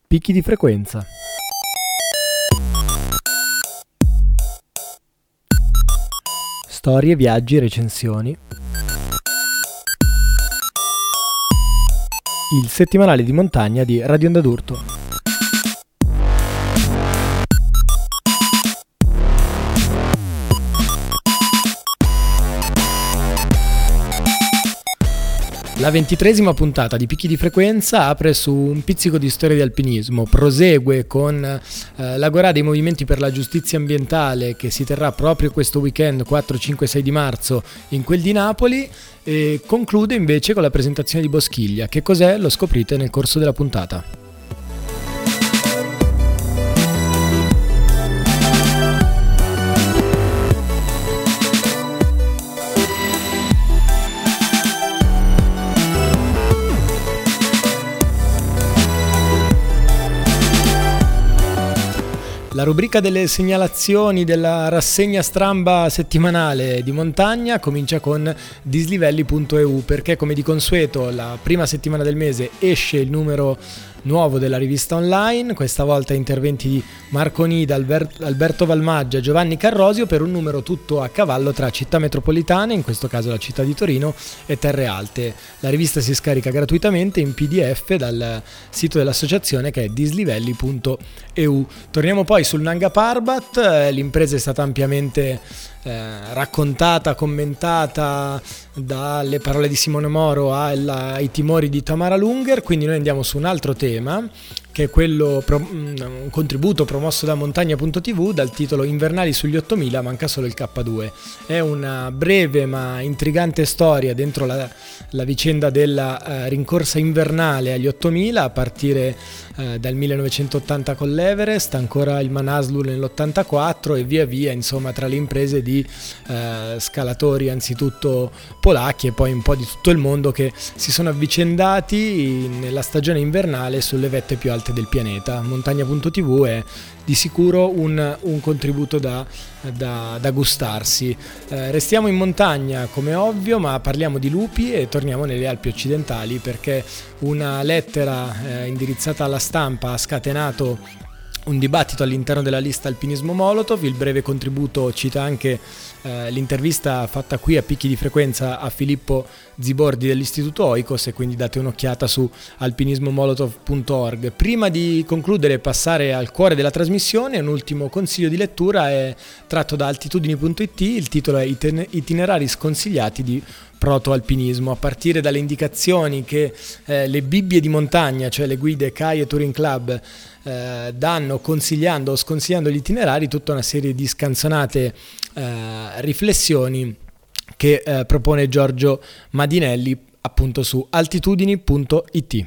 Picchi di frequenza. Storie, viaggi, recensioni. Il settimanale di montagna di Radio Onda d'Urto. La 23esima puntata di Picchi di frequenza apre su un pizzico di storia di alpinismo, prosegue con l'Agorà dei movimenti per la giustizia ambientale che si terrà proprio questo weekend 4, 5, 6 di marzo in quel di Napoli e conclude invece con la presentazione di Boschiglia. Che cos'è? Lo scoprite nel corso della puntata. La rubrica delle segnalazioni della rassegna stramba settimanale di montagna comincia con dislivelli.eu perché, come di consueto, la prima settimana del mese esce il numero nuovo della rivista online, questa volta interventi di Marco Nida, Alberto Valmaggia, Giovanni Carrosio per un numero tutto a cavallo tra città metropolitane, in questo caso la città di Torino, e terre alte. La rivista si scarica gratuitamente in PDF dal sito dell'associazione che è dislivelli.eu. Torniamo poi sul Nanga Parbat, l'impresa è stata ampiamente raccontata, commentata dalle parole di Simone Moro ai timori di Tamara Lunger, quindi noi andiamo su un altro tema che è quello, un contributo promosso da Montagna.tv dal titolo Invernali sugli 8000, manca solo il K2. È una breve ma intrigante storia dentro la vicenda della rincorsa invernale agli 8000 a partire dal 1980 con l'Everest, ancora il Manaslu nell'84 e via via, insomma, tra le imprese di scalatori anzitutto polacchi e poi un po' di tutto il mondo che si sono avvicendati nella stagione invernale sulle vette più alte del pianeta. Montagna.tv è di sicuro un contributo da gustarsi. Restiamo in montagna come ovvio, ma parliamo di lupi e torniamo nelle Alpi occidentali perché una lettera indirizzata alla stampa ha scatenato un dibattito all'interno della lista Alpinismo Molotov. Il breve contributo cita anche l'intervista fatta qui a Picchi di frequenza a Filippo Zibordi dell'Istituto Oikos, e quindi date un'occhiata su alpinismomolotov.org. Prima di concludere e passare al cuore della trasmissione, un ultimo consiglio di lettura è tratto da altitudini.it. Il titolo è Itinerari sconsigliati di protoalpinismo, a partire dalle indicazioni che le Bibbie di montagna, cioè le guide CAI e Touring Club, danno consigliando o sconsigliando gli itinerari, tutta una serie di scanzonate riflessioni che propone Giorgio Madinelli appunto su altitudini.it.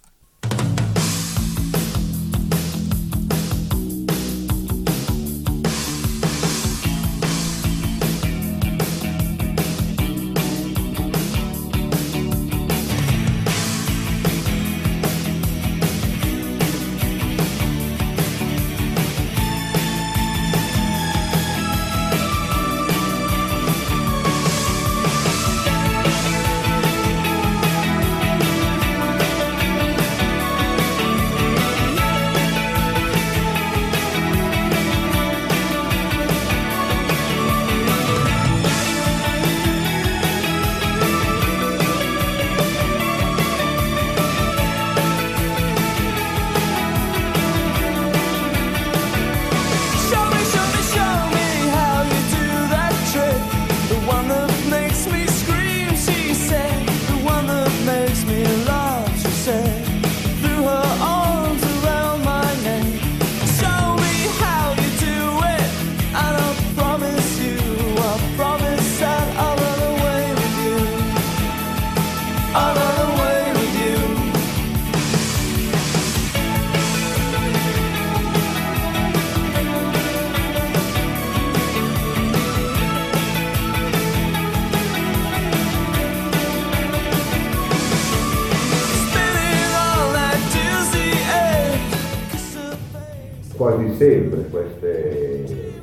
Quasi sempre queste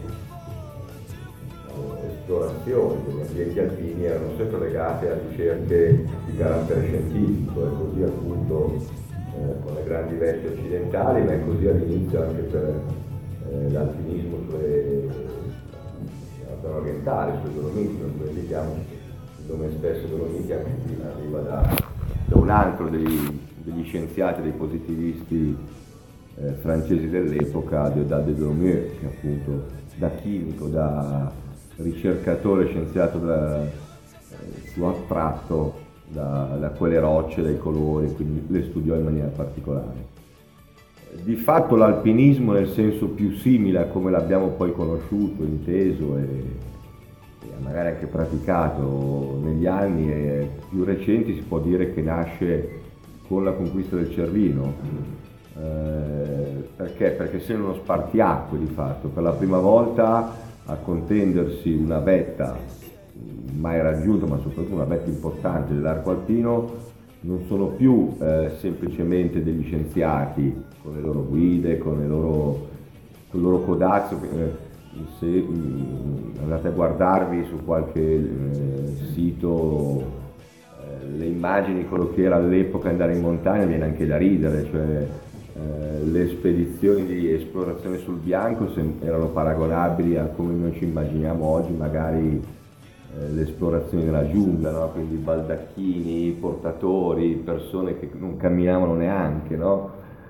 esplorazioni degli ambienti alpini erano sempre legate a ricerche di carattere scientifico, e così appunto con le grandi vette occidentali, ma è così all'inizio anche per l'alpinismo nella zona orientale, sui Dolomiti. Non dimentichiamo il nome stesso Dolomiti arriva da un altro degli scienziati, dei positivisti francesi dell'epoca, Deodat de Dolomieu, che appunto da chimico, da ricercatore, scienziato fu attratto da quelle rocce, dai colori, quindi le studiò in maniera particolare. Di fatto l'alpinismo nel senso più simile a come l'abbiamo poi conosciuto, inteso e magari anche praticato negli anni più recenti, si può dire che nasce con la conquista del Cervino. Perché? Perché sei uno spartiacque di fatto. Per la prima volta a contendersi una vetta mai raggiunta, ma soprattutto una vetta importante dell'arco alpino, non sono più semplicemente degli scienziati con le loro guide, con il loro codazzo. Se andate a guardarvi su qualche sito le immagini di quello che era all'epoca andare in montagna, viene anche da ridere, cioè le spedizioni di esplorazione sul bianco erano paragonabili a come noi ci immaginiamo oggi magari le esplorazioni della giungla, no? Quindi baldacchini, portatori, persone che non camminavano neanche, no?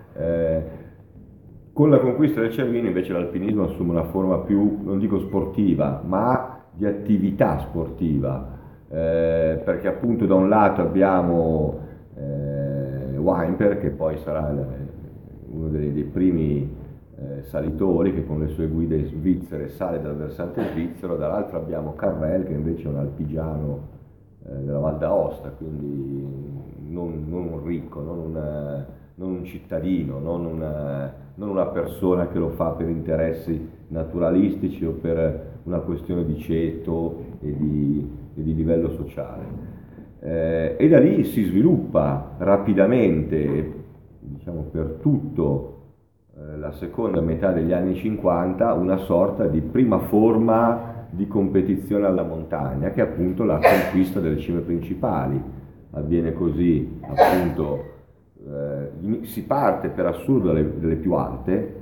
Con la conquista del Cervino invece l'alpinismo assume una forma più, non dico sportiva, ma di attività sportiva, perché appunto da un lato abbiamo Wimper, che poi sarà uno dei primi salitori, che con le sue guide svizzere sale dal versante svizzero, dall'altro abbiamo Carrel, che invece è un alpigiano della Val d'Aosta, quindi non un ricco, non un cittadino, non una persona che lo fa per interessi naturalistici o per una questione di ceto e di livello sociale. E da lì si sviluppa rapidamente, diciamo per tutto la seconda metà degli anni 50, una sorta di prima forma di competizione alla montagna, che è appunto la conquista delle cime principali. Avviene così appunto. Si parte per assurdo dalle più alte.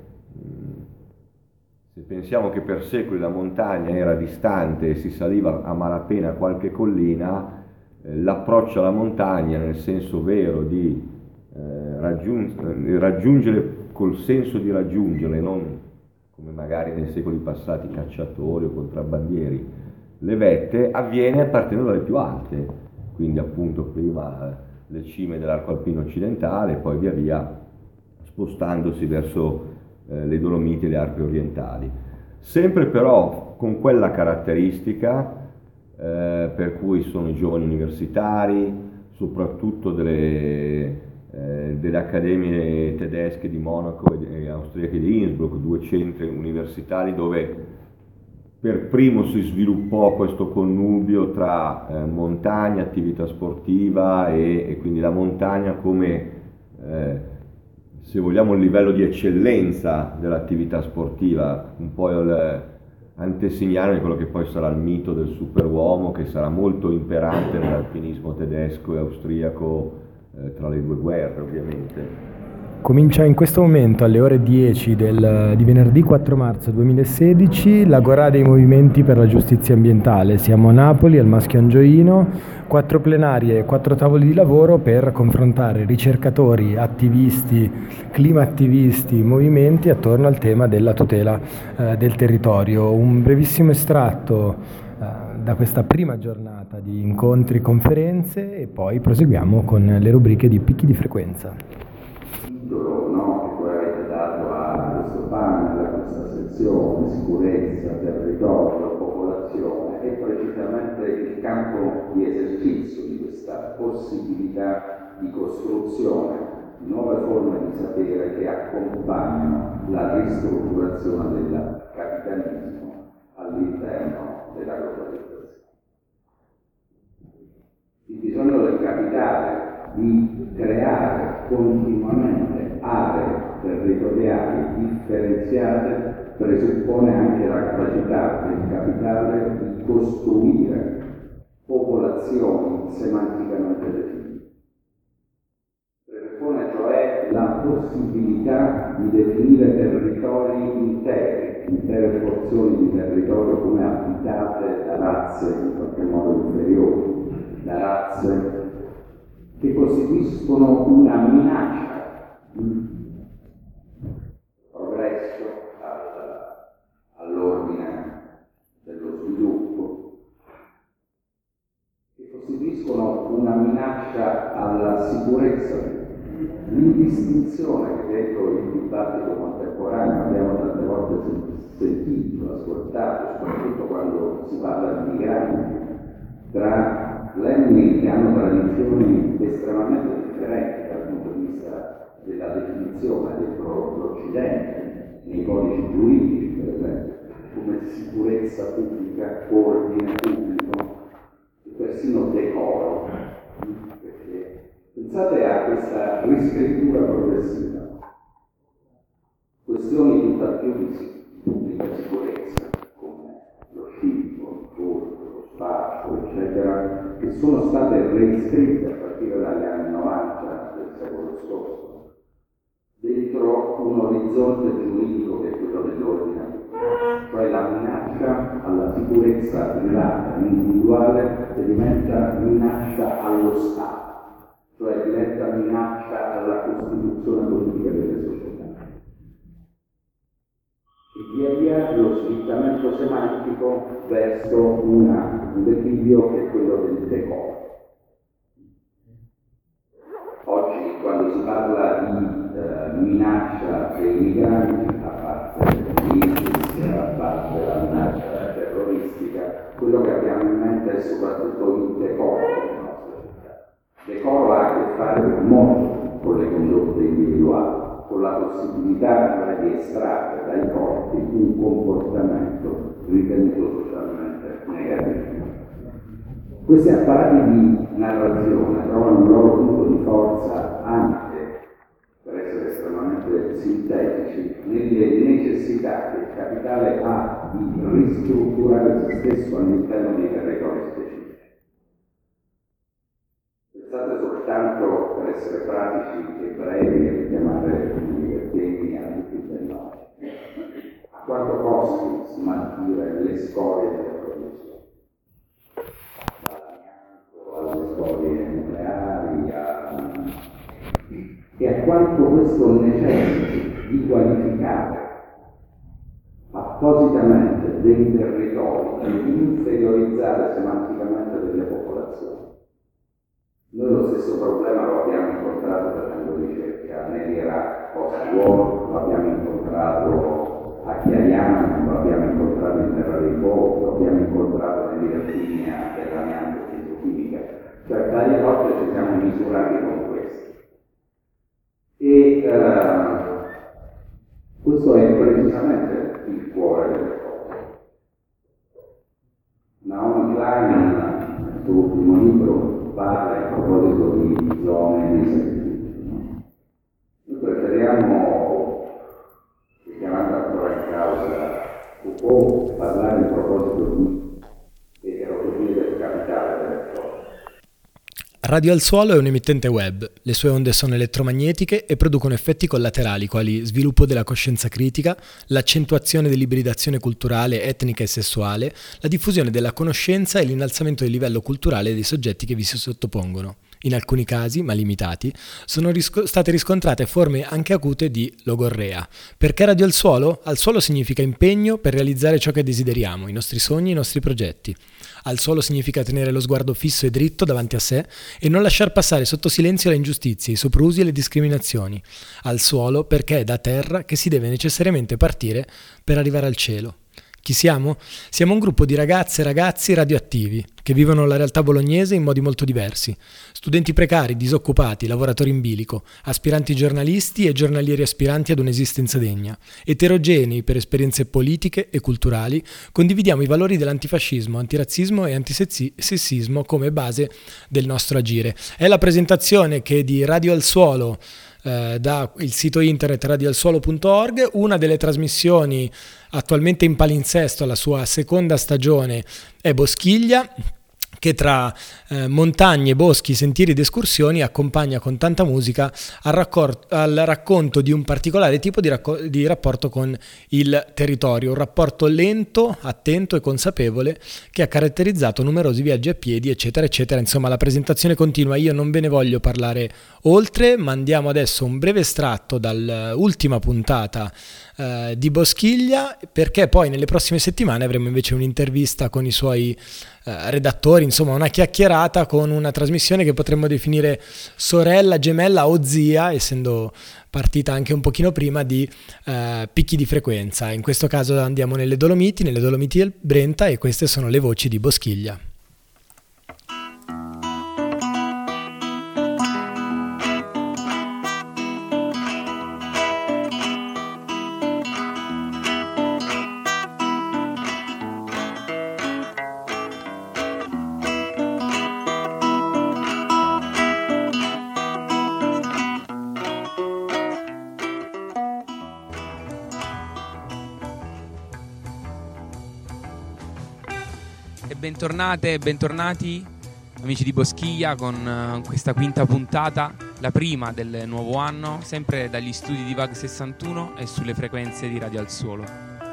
Se pensiamo che per secoli la montagna era distante e si saliva a malapena qualche collina, l'approccio alla montagna nel senso vero di raggiungere col senso di raggiungere, non come magari nei secoli passati cacciatori o contrabbandieri, le vette, avviene partendo dalle più alte, quindi appunto prima le cime dell'arco alpino occidentale, poi via via spostandosi verso le Dolomiti e le Alpi orientali. Sempre però con quella caratteristica per cui sono i giovani universitari, soprattutto delle accademie tedesche di Monaco e austriache di Innsbruck, due centri universitari dove per primo si sviluppò questo connubio tra montagna, attività sportiva e quindi la montagna come, se vogliamo, il livello di eccellenza dell'attività sportiva, un po' antesignano di quello che poi sarà il mito del superuomo, che sarà molto imperante nell'alpinismo tedesco e austriaco tra le due guerre, ovviamente. Comincia in questo momento alle ore 10 di venerdì 4 marzo 2016 l'Agorà dei Movimenti per la Giustizia Ambientale. Siamo a Napoli, al Maschio Angioino, 4 plenarie e 4 tavoli di lavoro per confrontare ricercatori, attivisti, climaattivisti, movimenti attorno al tema della tutela del territorio. Un brevissimo estratto da questa prima giornata di incontri, conferenze e poi proseguiamo con le rubriche di picchi di frequenza. Che voi avete dato a questo panel, a questa sezione, sicurezza, territorio, popolazione, è precisamente il campo di esercizio di questa possibilità di costruzione di nuove forme di sapere che accompagnano la ristrutturazione del capitalismo all'interno della globalizzazione. Il bisogno del capitale di creare continuamente aree territoriali differenziate presuppone anche la capacità del capitale di costruire popolazioni semanticamente definite. Presuppone cioè possibilità di definire territori intere porzioni di territorio come abitate da razze in qualche modo inferiori, da razze che costituiscono una minaccia progresso all'ordine dello sviluppo, che costituiscono una minaccia alla sicurezza. L'indistinzione che dentro il dibattito contemporaneo abbiamo tante volte sentito, ascoltato, soprattutto quando si parla di migranti, tra etni che hanno tradizioni estremamente differenti dal punto di vista della definizione dentro l'Occidente, nei codici giuridici per esempio, come sicurezza pubblica, ordine pubblico e persino decoro. Perché pensate a questa riscrittura progressiva, questioni tutta più di pubblica sicurezza, come lo scippo, il furto, lo spaccio, eccetera, che sono state riscritte a partire dagli anni 90 del secolo scorso, dentro un orizzonte giuridico che è quello dell'ordine, cioè la minaccia alla sicurezza privata, individuale, che diventa minaccia allo Stato, cioè diventa minaccia alla costituzione politica delle società. E via via lo slittamento semantico verso un equilibrio che è quello del decoro. Oggi, quando si parla di minaccia dei migranti, a parte l'ISIS, a parte la minaccia terroristica, quello che abbiamo in mente è soprattutto il decoro delle nostre città. Il decoro ha a che fare molto con le condotte individuali, con la possibilità di estrarre dai corpi un comportamento ritenuto socialmente negativo. Questi apparati di narrazione trovano il loro punto di forza anche, per essere estremamente sintetici, nelle necessità che il capitale ha di ristrutturare se stesso all'interno dei territori specifici. Pensate soltanto, per essere pratici e brevi, e richiamare i temi a tutti i noi, a quanto costi smaltire le scorie delle produzioni, dall'amianto alle scorie nucleari, e a quanto questo necessiti di qualificare appositamente dei territori e di inferiorizzare semanticamente delle popolazioni. Noi lo stesso problema lo abbiamo incontrato facendo ricerca nell'Iraq post-war, lo abbiamo incontrato a Chiaiano, lo abbiamo incontrato in Terra dei Fuochi, lo abbiamo incontrato nell'Irpinia dell'amianto fisico-chimica, cioè varie volte ci siamo misurati con questo. E questo è precisamente il cuore delle cose. Naomi Klein, nel suo ultimo libro, parla a proposito di zone di sacrificio. Noi preferiamo, chiamando ancora in causa Foucault, parlare a proposito di eterogenia del capitale delle cose. Radio al Suolo è un emittente web, le sue onde sono elettromagnetiche e producono effetti collaterali quali sviluppo della coscienza critica, l'accentuazione dell'ibridazione culturale, etnica e sessuale, la diffusione della conoscenza e l'innalzamento del livello culturale dei soggetti che vi si sottopongono. In alcuni casi, ma limitati, sono state riscontrate forme anche acute di logorrea. Perché Radio al Suolo? Al Suolo significa impegno per realizzare ciò che desideriamo, i nostri sogni, i nostri progetti. Al suolo significa tenere lo sguardo fisso e dritto davanti a sé e non lasciar passare sotto silenzio le ingiustizie, i soprusi e le discriminazioni. Al suolo perché è da terra che si deve necessariamente partire per arrivare al cielo. Chi siamo? Siamo un gruppo di ragazze e ragazzi radioattivi che vivono la realtà bolognese in modi molto diversi. Studenti precari, disoccupati, lavoratori in bilico, aspiranti giornalisti e giornalieri aspiranti ad un'esistenza degna. Eterogenei per esperienze politiche e culturali, condividiamo i valori dell'antifascismo, antirazzismo e antisessismo come base del nostro agire. È la presentazione che di Radio al Suolo da il sito internet radioalsuolo.org, una delle trasmissioni attualmente in palinsesto alla sua seconda stagione è Boschiglia, che tra montagne, boschi, sentieri ed escursioni accompagna con tanta musica al racconto di un particolare tipo di rapporto con il territorio, un rapporto lento, attento e consapevole che ha caratterizzato numerosi viaggi a piedi, eccetera, eccetera. Insomma, la presentazione continua, io non ve ne voglio parlare oltre, mandiamo adesso un breve estratto dall'ultima puntata di Boschiglia, perché poi nelle prossime settimane avremo invece un'intervista con i suoi redattori, insomma una chiacchierata con una trasmissione che potremmo definire sorella, gemella o zia, essendo partita anche un pochino prima di Picchi di Frequenza. In questo caso andiamo nelle Dolomiti del Brenta, e queste sono le voci di Boschiglia. Bentornate e bentornati amici di Boschiglia con questa quinta puntata, la prima del nuovo anno, sempre dagli studi di VAG 61 e sulle frequenze di Radio al Suolo.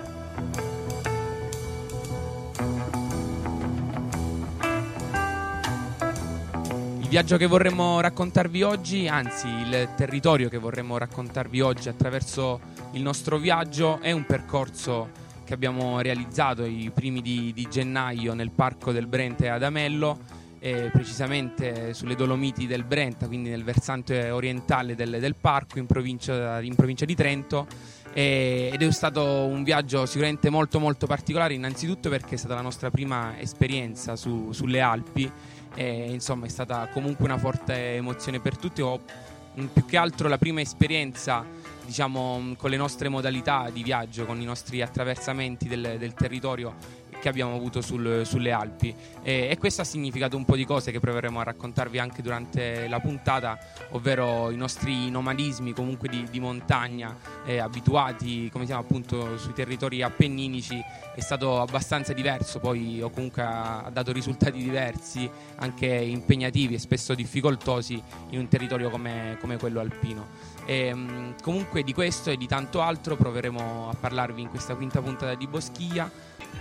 Il viaggio che vorremmo raccontarvi oggi, anzi il territorio che vorremmo raccontarvi oggi attraverso il nostro viaggio, è un percorso che abbiamo realizzato i primi di gennaio nel Parco del Brenta ad Amello, precisamente sulle Dolomiti del Brenta, quindi nel versante orientale del parco in provincia di Trento, ed è stato un viaggio sicuramente molto molto particolare, innanzitutto perché è stata la nostra prima esperienza sulle Alpi, e insomma è stata comunque una forte emozione per tutti, o più che altro la prima esperienza, diciamo, con le nostre modalità di viaggio, con i nostri attraversamenti del territorio che abbiamo avuto sulle Alpi, e questo ha significato un po' di cose che proveremo a raccontarvi anche durante la puntata, ovvero i nostri nomadismi comunque di montagna, abituati, come siamo appunto sui territori appenninici. È stato abbastanza diverso poi, o comunque ha dato risultati diversi, anche impegnativi e spesso difficoltosi in un territorio come quello alpino. Comunque di questo e di tanto altro proveremo a parlarvi in questa quinta puntata di Boschiglia.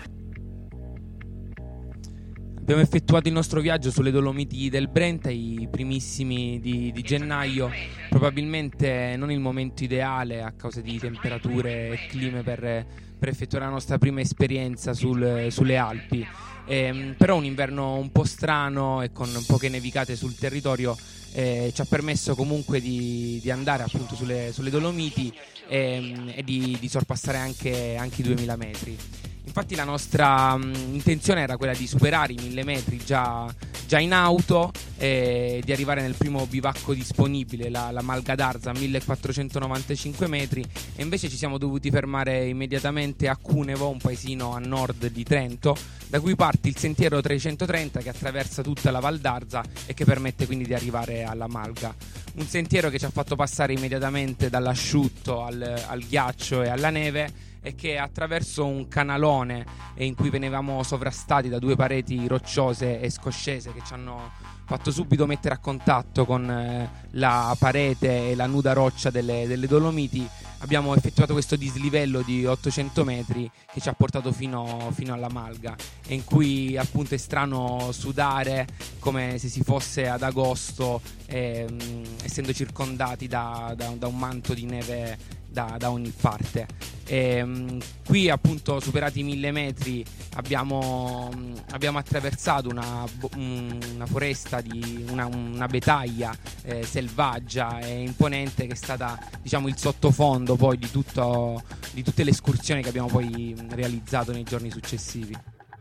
Abbiamo effettuato il nostro viaggio sulle Dolomiti del Brenta, i primissimi di gennaio, probabilmente non il momento ideale a causa di temperature e clima per effettuare la nostra prima esperienza sulle Alpi, però un inverno un po' strano e con poche nevicate sul territorio ci ha permesso comunque di andare appunto sulle Dolomiti e di sorpassare anche i 2000 metri. Infatti la nostra intenzione era quella di superare i 1000 metri già in auto, di arrivare nel primo bivacco disponibile, la Malga d'Arza, a 1495 metri, e invece ci siamo dovuti fermare immediatamente a Cunevo, un paesino a nord di Trento, da cui parte il sentiero 330 che attraversa tutta la Val d'Arza e che permette quindi di arrivare alla Malga. Un sentiero che ci ha fatto passare immediatamente dall'asciutto al ghiaccio e alla neve, e che attraverso un canalone in cui venivamo sovrastati da due pareti rocciose e scoscese che ci hanno fatto subito mettere a contatto con la parete e la nuda roccia delle Dolomiti, abbiamo effettuato questo dislivello di 800 metri che ci ha portato fino alla Malga, e in cui appunto è strano sudare come se si fosse ad agosto, essendo circondati da un manto di neve da ogni parte. Qui appunto, superati i 1000 metri, abbiamo attraversato una foresta una betaglia selvaggia e imponente, che è stata, diciamo, il sottofondo poi di tutte le escursioni che abbiamo poi realizzato nei giorni successivi.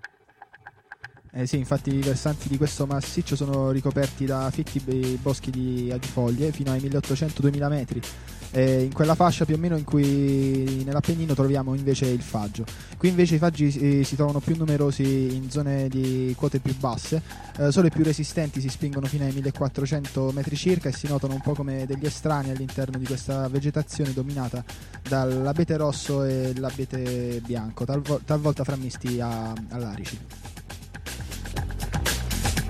Sì, infatti i versanti di questo massiccio sono ricoperti da fitti boschi di agifoglie fino ai 1800-2000 metri. In quella fascia più o meno in cui nell'Appennino troviamo invece il faggio. Qui invece i faggi si trovano più numerosi in zone di quote più basse, solo i più resistenti si spingono fino ai 1400 metri circa e si notano un po' come degli estranei all'interno di questa vegetazione dominata dall'abete rosso e l'abete bianco, talvolta frammisti all'arici.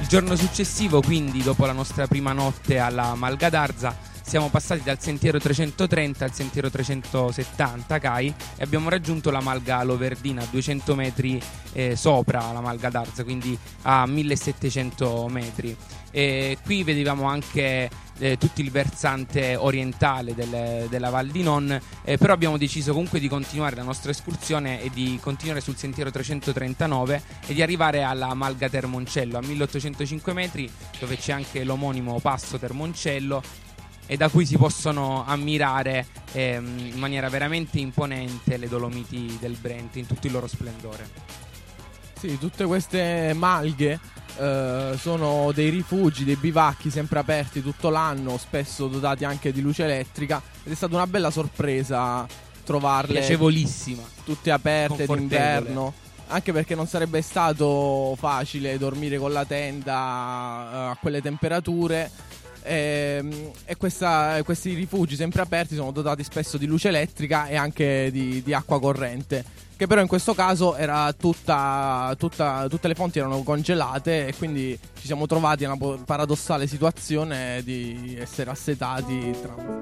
giorno successivo, quindi dopo la nostra prima notte alla Malga d'Arza, siamo passati dal sentiero 330 al sentiero 370 CAI e abbiamo raggiunto la Malga Loverdina a 200 metri sopra la Malga d'Arza, quindi a 1700 metri. E qui vedevamo anche tutto il versante orientale della Val di Non, però abbiamo deciso comunque di continuare la nostra escursione e di continuare sul sentiero 339 e di arrivare alla Malga Termoncello a 1805 metri, dove c'è anche l'omonimo passo Termoncello, e da cui si possono ammirare in maniera veramente imponente le Dolomiti del Brenta in tutto il loro splendore. Sì, tutte queste malghe sono dei rifugi, dei bivacchi sempre aperti tutto l'anno, spesso dotati anche di luce elettrica, ed è stata una bella sorpresa trovarle piacevolissima, tutte aperte d'inverno, anche perché non sarebbe stato facile dormire con la tenda a quelle temperature. E questi rifugi sempre aperti sono dotati spesso di luce elettrica e anche di acqua corrente, che però in questo caso era tutte le fonti erano congelate, e quindi ci siamo trovati in una paradossale situazione di essere assetati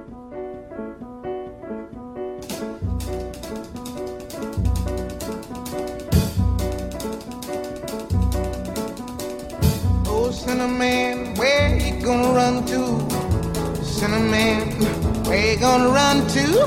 Cinnamon, where you gonna run to? Cinnamon, where you gonna run to?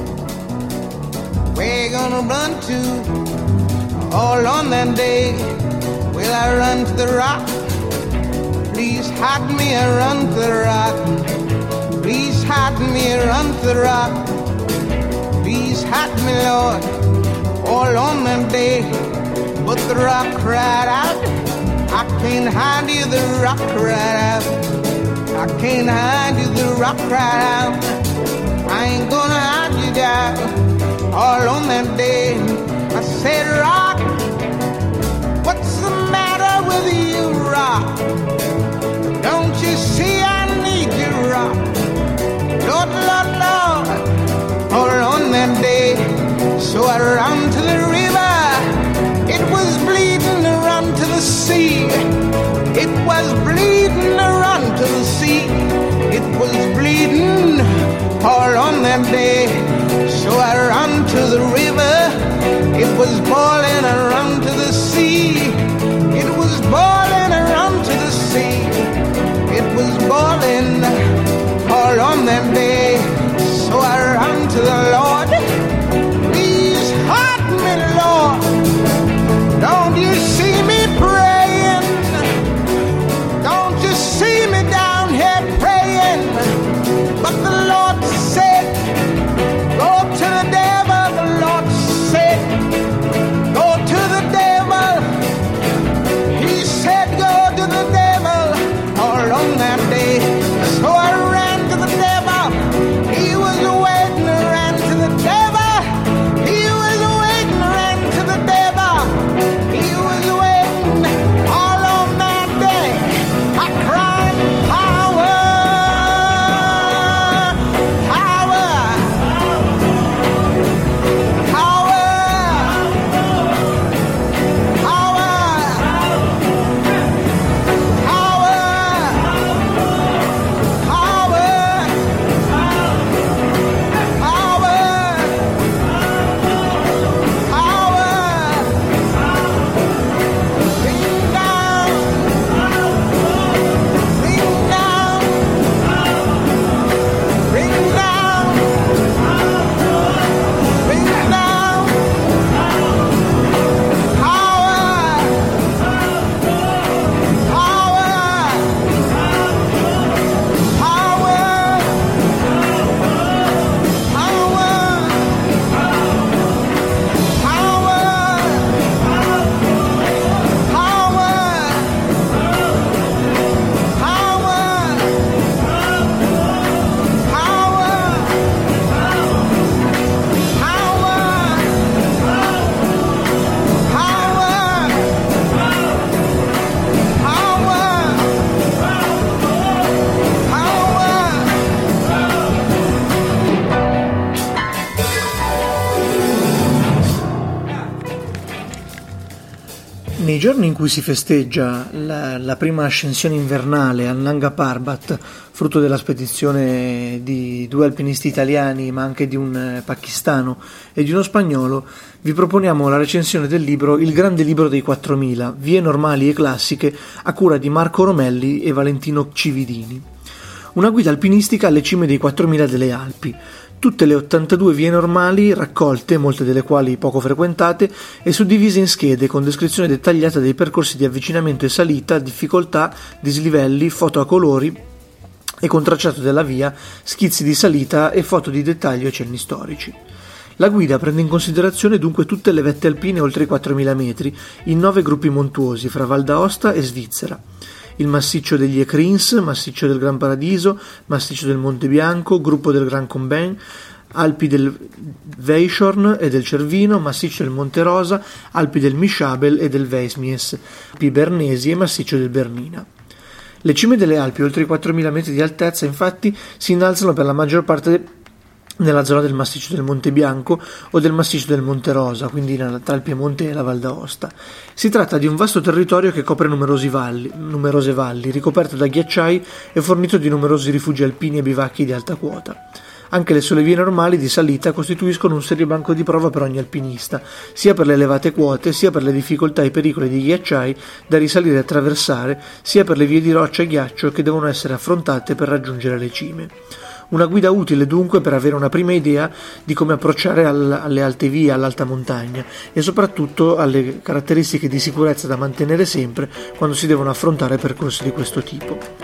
Where you gonna run to? All on that day, will I run to the rock? Please hide me and run to the rock. Please hide me and run to the rock. Please hide me, Lord, all on that day. But the rock cried out, I can't hide you, the rock cried out. I can't hide you, the rock cried out. I ain't gonna hide you down. All on that day, I said, rock, what's the matter with you, rock? Don't you see I need you, rock? Lord, Lord, Lord. All on that day, so I ran to the river. It was bleeding to run to the sea. It was bleeding to run to the sea. It was bleeding all on that day. So I ran to the river. It was boiling, I ran to the sea. It was boiling, I ran to the sea. It was boiling all on that day. So I ran to the Lord. Please hide me, Lord. Don't you see me praying? Don't you see me down here praying? But the Lord said, go to the devil. The Lord said, go Nei giorni in cui si festeggia la prima ascensione invernale al Nanga Parbat, frutto della spedizione di 2 alpinisti italiani, ma anche di un pakistano e di uno spagnolo, vi proponiamo la recensione del libro Il grande libro dei 4000, vie normali e classiche, a cura di Marco Romelli e Valentino Cividini. Una guida alpinistica alle cime dei 4000 delle Alpi. Tutte le 82 vie normali raccolte, molte delle quali poco frequentate, e suddivise in schede con descrizione dettagliata dei percorsi di avvicinamento e salita, difficoltà, dislivelli, foto a colori e con tracciato della via, schizzi di salita e foto di dettaglio e cenni storici. La guida prende in considerazione dunque tutte le vette alpine oltre i 4000 metri, in 9 gruppi montuosi fra Val d'Aosta e Svizzera. Il massiccio degli Écrins, massiccio del Gran Paradiso, massiccio del Monte Bianco, gruppo del Grand Combin, Alpi del Weisshorn e del Cervino, massiccio del Monte Rosa, Alpi del Mischabel e del Weissmies, Alpi Bernesi e massiccio del Bernina. Le cime delle Alpi oltre i 4000 metri di altezza infatti si innalzano per la maggior parte nella zona del massiccio del Monte Bianco o del massiccio del Monte Rosa, quindi tra il Piemonte e la Val d'Aosta. Si tratta di un vasto territorio che copre numerose valli, ricoperte da ghiacciai e fornito di numerosi rifugi alpini e bivacchi di alta quota. Anche le sole vie normali di salita costituiscono un serio banco di prova per ogni alpinista, sia per le elevate quote, sia per le difficoltà e i pericoli di ghiacciai da risalire e attraversare, sia per le vie di roccia e ghiaccio che devono essere affrontate per raggiungere le cime. Una guida utile dunque per avere una prima idea di come approcciare alle alte vie, all'alta montagna e soprattutto alle caratteristiche di sicurezza da mantenere sempre quando si devono affrontare percorsi di questo tipo.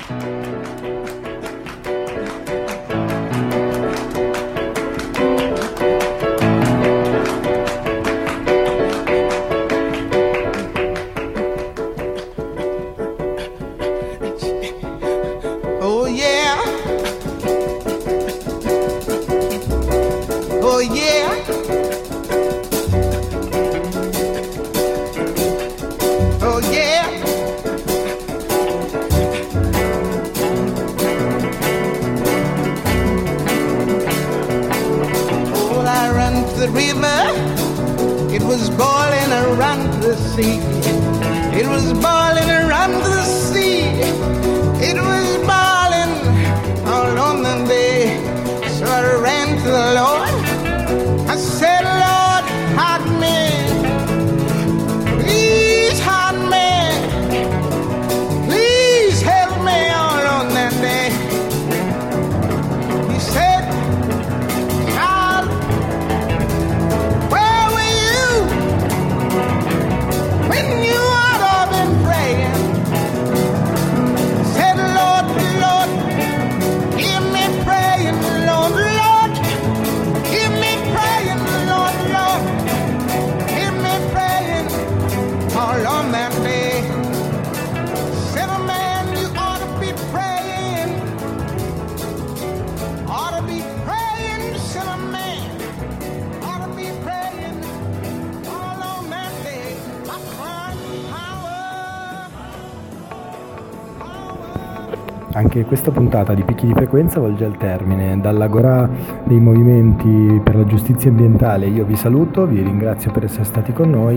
Anche questa puntata di Picchi di Frequenza volge al termine. Dall'Agorà dei Movimenti per la Giustizia Ambientale io vi saluto, vi ringrazio per essere stati con noi.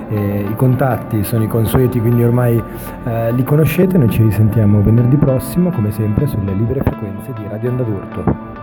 I contatti sono i consueti, quindi ormai li conoscete. Noi ci risentiamo venerdì prossimo, come sempre, sulle libere frequenze di Radio Onda d'Urto.